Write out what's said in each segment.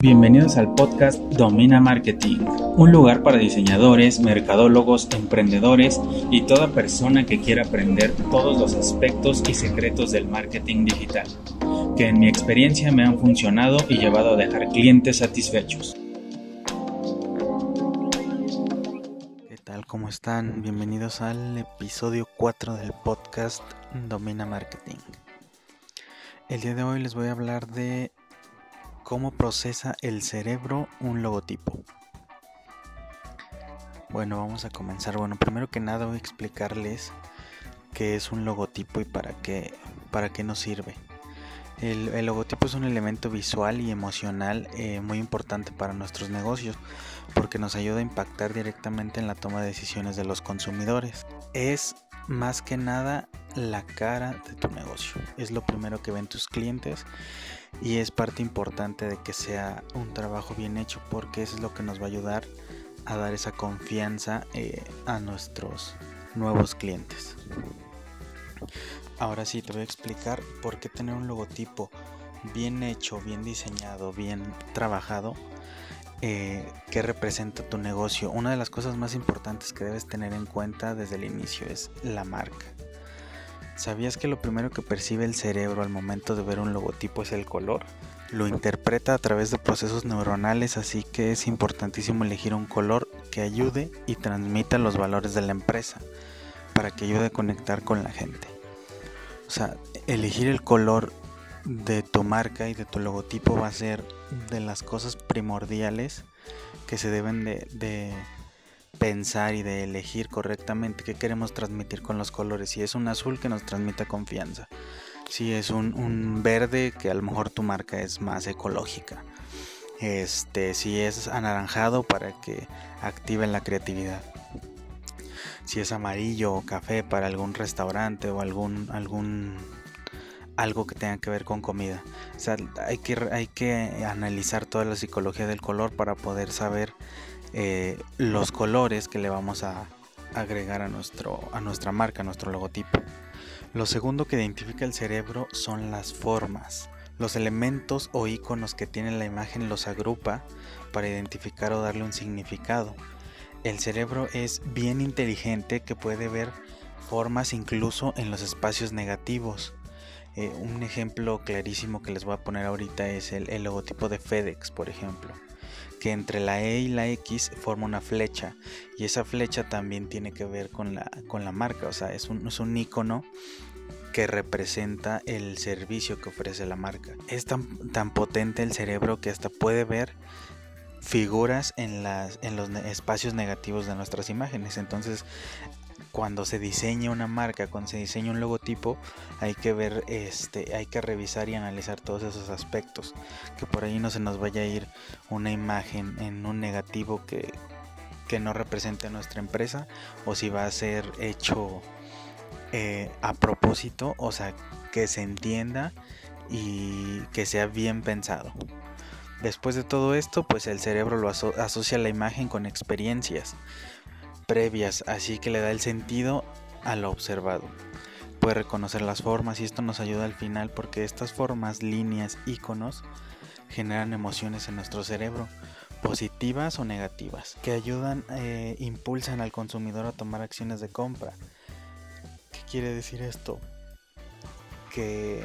Bienvenidos al podcast Domina Marketing, un lugar para diseñadores, mercadólogos, emprendedores y toda persona que quiera aprender todos los aspectos y secretos del marketing digital, que en mi experiencia me han funcionado y llevado a dejar clientes satisfechos. ¿Qué tal? ¿Cómo están? Bienvenidos al episodio 4 del podcast Domina Marketing. El día de hoy les voy a hablar de cómo procesa el cerebro un logotipo. Bueno, vamos a comenzar. Primero que nada voy a explicarles qué es un logotipo y para qué nos sirve. El logotipo es un elemento visual y emocional muy importante para nuestros negocios porque nos ayuda a impactar directamente en la toma de decisiones de los consumidores. Es más que nada la cara de tu negocio. Es lo primero que ven tus clientes y es parte importante de que sea un trabajo bien hecho porque eso es lo que nos va a ayudar a dar esa confianza a nuestros nuevos clientes. Ahora sí, te voy a explicar por qué tener un logotipo bien hecho, bien diseñado, bien trabajado, qué representa tu negocio. Una de las cosas más importantes que debes tener en cuenta desde el inicio es la marca. ¿Sabías que lo primero que percibe el cerebro al momento de ver un logotipo es el color? Lo interpreta a través de procesos neuronales, así que es importantísimo elegir un color que ayude y transmita los valores de la empresa para que ayude a conectar con la gente. O sea, elegir el color de tu marca y de tu logotipo va a ser de las cosas primordiales que se deben de pensar y de elegir correctamente qué queremos transmitir con los colores. Si es un azul, que nos transmita confianza. Si es un verde, que a lo mejor tu marca es más ecológica. Si es anaranjado, para que active la creatividad. Si es amarillo o café, para algún restaurante o algo que tenga que ver con comida. O sea, hay que analizar toda la psicología del color para poder saber los colores que le vamos a agregar a nuestra marca, a nuestro logotipo. Lo segundo que identifica el cerebro son las formas. Los elementos o iconos que tiene la imagen los agrupa para identificar o darle un significado. El cerebro es bien inteligente que puede ver formas incluso en los espacios negativos. Un ejemplo clarísimo que les voy a poner ahorita es el logotipo de FedEx, por ejemplo, que entre la E y la X forma una flecha y esa flecha también tiene que ver con la marca. O sea, es un icono que representa el servicio que ofrece la marca. Es tan potente el cerebro que hasta puede ver figuras en los espacios negativos de nuestras imágenes. Entonces, cuando se diseña una marca, cuando se diseña un logotipo, hay que ver, hay que revisar y analizar todos esos aspectos, que por ahí no se nos vaya a ir una imagen en un negativo que no represente a nuestra empresa, o si va a ser hecho a propósito, o sea, que se entienda y que sea bien pensado. Después de todo esto, pues el cerebro lo asocia la imagen con experiencias previas, así que le da el sentido a lo observado. Puede reconocer las formas y esto nos ayuda al final porque estas formas, líneas, iconos generan emociones en nuestro cerebro, positivas o negativas, que ayudan, impulsan al consumidor a tomar acciones de compra. ¿Qué quiere decir esto? Que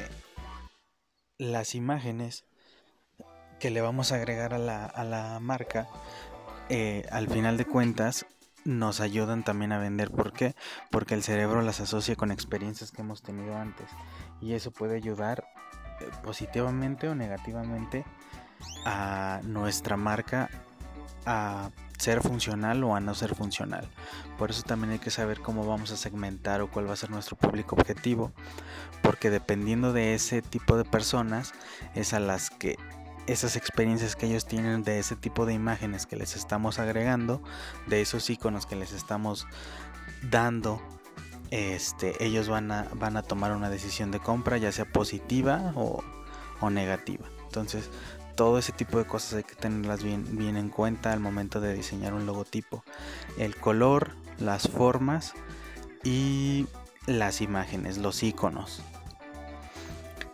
las imágenes que le vamos a agregar a la marca, al final de cuentas nos ayudan también a vender. ¿Por qué? Porque el cerebro las asocia con experiencias que hemos tenido antes y eso puede ayudar positivamente o negativamente a nuestra marca a ser funcional o a no ser funcional. Por eso también hay que saber cómo vamos a segmentar o cuál va a ser nuestro público objetivo, porque dependiendo de ese tipo de personas es a las que esas experiencias que ellos tienen, de ese tipo de imágenes que les estamos agregando, de esos iconos que les estamos dando, ellos van a tomar una decisión de compra, ya sea positiva o negativa. Entonces, todo ese tipo de cosas hay que tenerlas bien en cuenta al momento de diseñar un logotipo. El color, las formas y las imágenes, los iconos.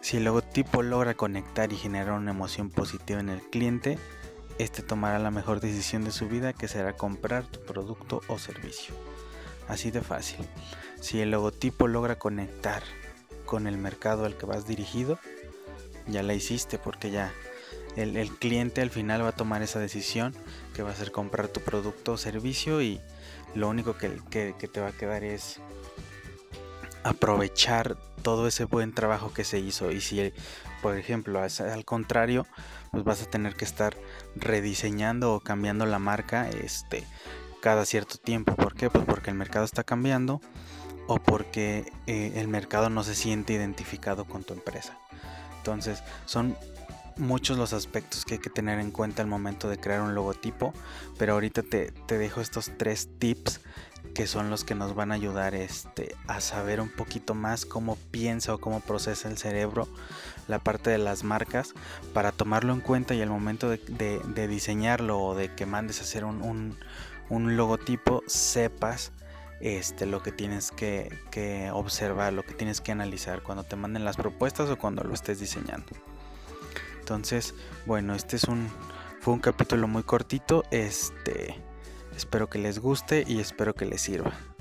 Si el logotipo logra conectar y generar una emoción positiva en el cliente, este tomará la mejor decisión de su vida, que será comprar tu producto o servicio. Así de fácil. Si el logotipo logra conectar con el mercado al que vas dirigido, ya la hiciste, porque ya el cliente al final va a tomar esa decisión, que va a ser comprar tu producto o servicio, y lo único que te va a quedar es aprovechar todo ese buen trabajo que se hizo. Y si, por ejemplo, al contrario, pues vas a tener que estar rediseñando o cambiando la marca cada cierto tiempo. ¿Por qué? Pues porque el mercado está cambiando, o porque el mercado no se siente identificado con tu empresa. Entonces son muchos los aspectos que hay que tener en cuenta al momento de crear un logotipo, pero ahorita te dejo estos 3 tips que son los que nos van a ayudar a saber un poquito más cómo piensa o cómo procesa el cerebro la parte de las marcas, para tomarlo en cuenta y al momento de diseñarlo o de que mandes a hacer un logotipo, sepas lo que tienes que observar, lo que tienes que analizar cuando te manden las propuestas o cuando lo estés diseñando. Entonces, bueno, fue un capítulo muy cortito. Espero que les guste y espero que les sirva.